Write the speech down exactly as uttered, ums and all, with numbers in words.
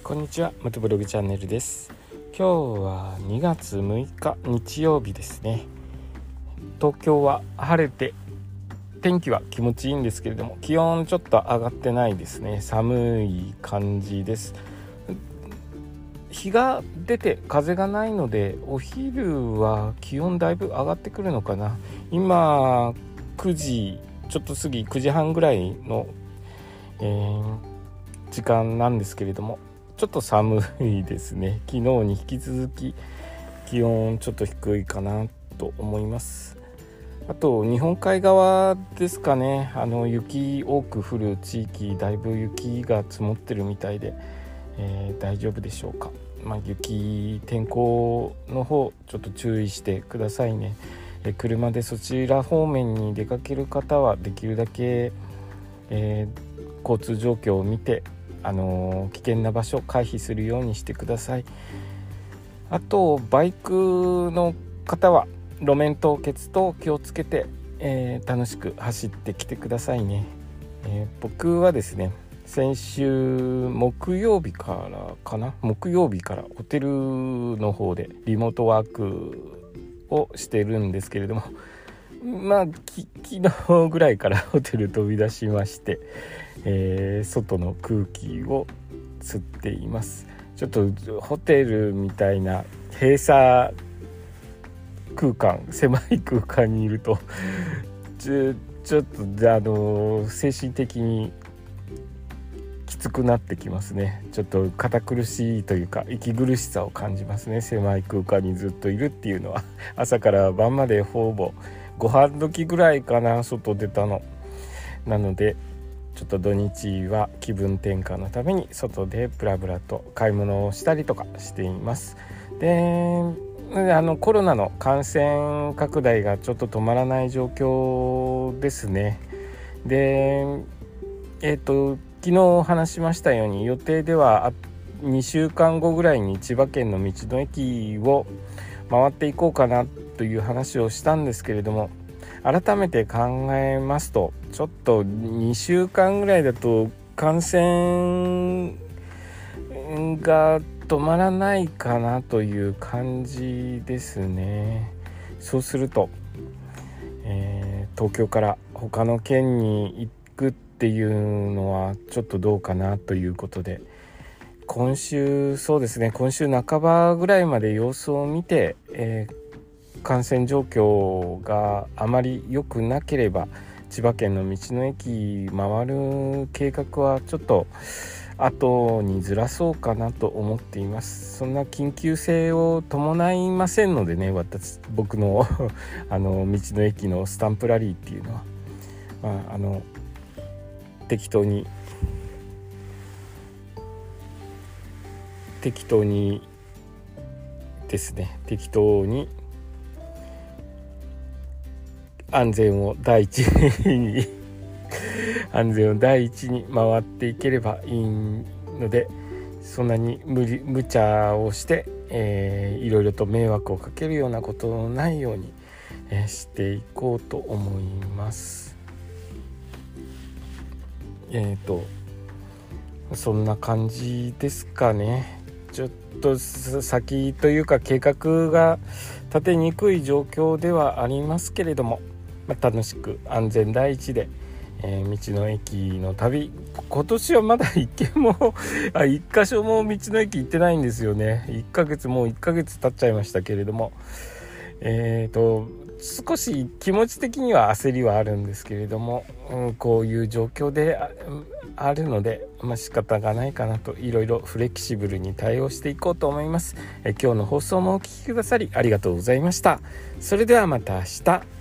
こんにちは、元ブログチャンネルです。今日はにがつむいか日曜日ですね。東京は晴れて天気は気持ちいいんですけれども、気温ちょっと上がってないですね。寒い感じです。日が出て風がないので、お昼は気温だいぶ上がってくるのかな。今くじちょっと過ぎ、くじはんぐらいの、えー、時間なんですけれども、ちょっと寒いですね。昨日に引き続き気温ちょっと低いかなと思います。あと日本海側ですかね、あの雪多く降る地域、だいぶ雪が積もってるみたいで、えー、大丈夫でしょうか。まあ、雪天候の方ちょっと注意してくださいね。えー、車でそちら方面に出かける方はできるだけ、えー、交通状況を見てあのー、危険な場所を回避するようにしてください。あとバイクの方は路面凍結と気をつけて、えー、楽しく走ってきてくださいね。えー、僕はですね、先週木曜日からかな木曜日からホテルの方でリモートワークをしてるんですけれども、まあき昨日ぐらいからホテル飛び出しまして、えー、外の空気を吸っています。ちょっとホテルみたいな閉鎖空間、狭い空間にいるとちょ、ちょっとあの精神的にきつくなってきますね。ちょっと堅苦しいというか息苦しさを感じますね。狭い空間にずっといるっていうのは。朝から晩までほぼご飯時ぐらいかな、外出たの。なのでちょっと土日は気分転換のために外でブラブラと買い物をしたりとかしています。で、あのコロナの感染拡大がちょっと止まらない状況ですね。で、えっと昨日話しましたように、予定ではにしゅうかんごぐらいに千葉県の道の駅を回っていこうかなという話をしたんですけれども、改めて考えますと、ちょっとにしゅうかんぐらいだと感染が止まらないかなという感じですね。そうすると、えー、東京から他の県に行くっていうのはちょっとどうかなということで、今週そうですね今週半ばぐらいまで様子を見て、えー、感染状況があまり良くなければ千葉県の道の駅回る計画はちょっと後にずらそうかなと思っています。そんな緊急性を伴いませんのでね、私僕のあの道の駅のスタンプラリーっていうのは、まあ、あの適当に適当にですね適当に安全を第一に安全を第一に回っていければいいので、そんなに無理無茶をして、えー、いろいろと迷惑をかけるようなことのないように、えー、していこうと思います。えっとそんな感じですかね。ちょっと先というか計画が立てにくい状況ではありますけれども、まあ、楽しく安全第一で、えー、道の駅の旅、今年はまだ一軒もあ一箇所も道の駅行ってないんですよね。いっかげつもういっかげつ経っちゃいましたけれども、えーと少し気持ち的には焦りはあるんですけれども、うん、こういう状況で あ, あるので、まあ、仕方がないかなと、いろいろフレキシブルに対応していこうと思います。え今日の放送もお聞きくださりありがとうございました。それではまた明日。